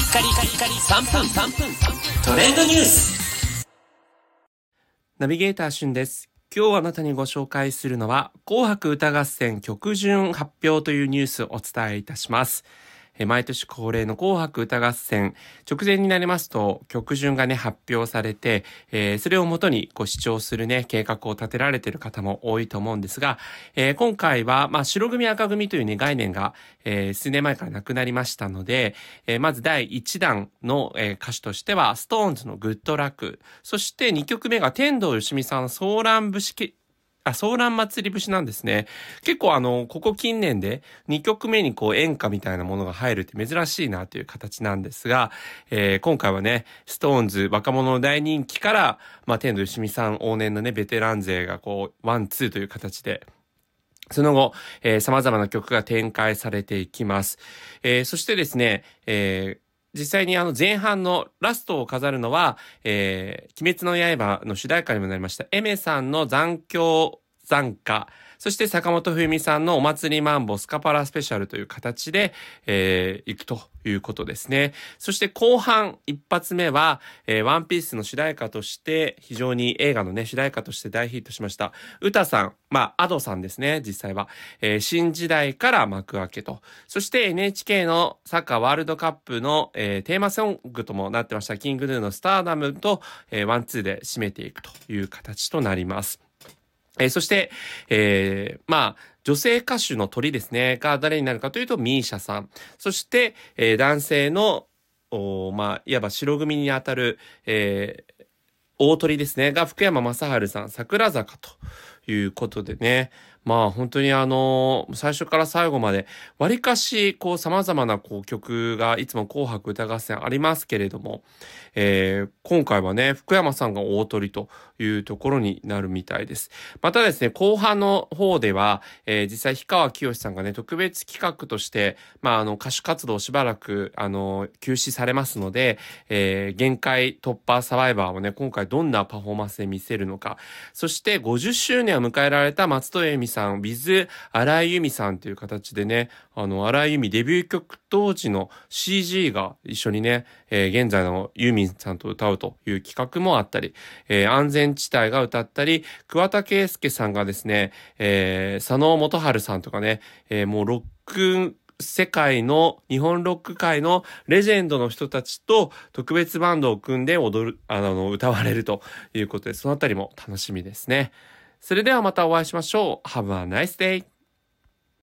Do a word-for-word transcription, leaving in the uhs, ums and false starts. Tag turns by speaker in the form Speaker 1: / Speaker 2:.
Speaker 1: カリカリカリさんぷんさんぷんトレンドニュース。
Speaker 2: ナビゲーターしゅんです。今日あなたにご紹介するのは紅白歌合戦曲順発表というニュースをお伝えいたします。毎年恒例の紅白歌合戦直前になりますと曲順がね発表されて、えー、それをもとにこう視聴するね計画を立てられている方も多いと思うんですが、えー、今回は、まあ、白組赤組というね概念が、えー、数年前からなくなりましたので、えー、まずだいいちだんの、えー、歌手としてはストーンズのグッドラック、そしてにきょくめが天童よしみさんソーラン節あ、ソーラン祭り節なんですね。結構あの、ここ近年でにきょくめにこう演歌みたいなものが入るって珍しいなという形なんですが、えー、今回はね、ストーンズ若者の大人気から、まあ、天童よしみさん往年のね、ベテラン勢がこう、ワン、ツーという形で、その後、えー、様々な曲が展開されていきます。えー、そしてですね、えー実際にあの前半のラストを飾るのは、えー、鬼滅の刃の主題歌にもなりました、エメさんの残響残歌、そして坂本冬美さんのお祭りマンボスカパラスペシャルという形で、えー、いくということですね。そして後半一発目は、えー、ワンピースの主題歌として非常に映画のね主題歌として大ヒットしましたウタさん、まあアドさんですね、実際は、えー、新時代から幕開けと、そして エヌエイチケー のサッカーワールドカップの、えー、テーマソングともなってましたキングヌーのスターダムと、えー、ワンツーで締めていくという形となります。えー、そして、えー、まあ、女性歌手の鳥ですね、が誰になるかというと、ミーシャさん。そして、えー、男性の、まあ、いわば白組にあたる、えー、大鳥ですね、が福山雅治さん、桜坂ということでね、まあ本当にあの最初から最後までわりかしこう様々なこう曲がいつも紅白歌合戦ありますけれども、えー、今回はね福山さんが大トリというところになるみたいです。またですね後半の方では、えー、実際氷川きよしさんがね特別企画としてまああの歌手活動をしばらくあの休止されますので、えー、限界突破サバイバーをね今回どんなパフォーマンスで見せるのか、そしてごじゅっしゅうねんを迎えられた松任谷由実さん with 荒井由実さんという形でね、あの荒井由実デビュー曲当時の シージー が一緒にね、えー、現在のユーミンさんと歌うという企画もあったり、えー、安全地帯が歌ったり、桑田佳祐さんがですね、えー、佐野元春さんとかね、えー、もうロック世界の日本ロック界のレジェンドの人たちと特別バンドを組んで踊る、あの、歌われるということで、そのあたりも楽しみですね。それではまたお会いしましょう。Have a nice day!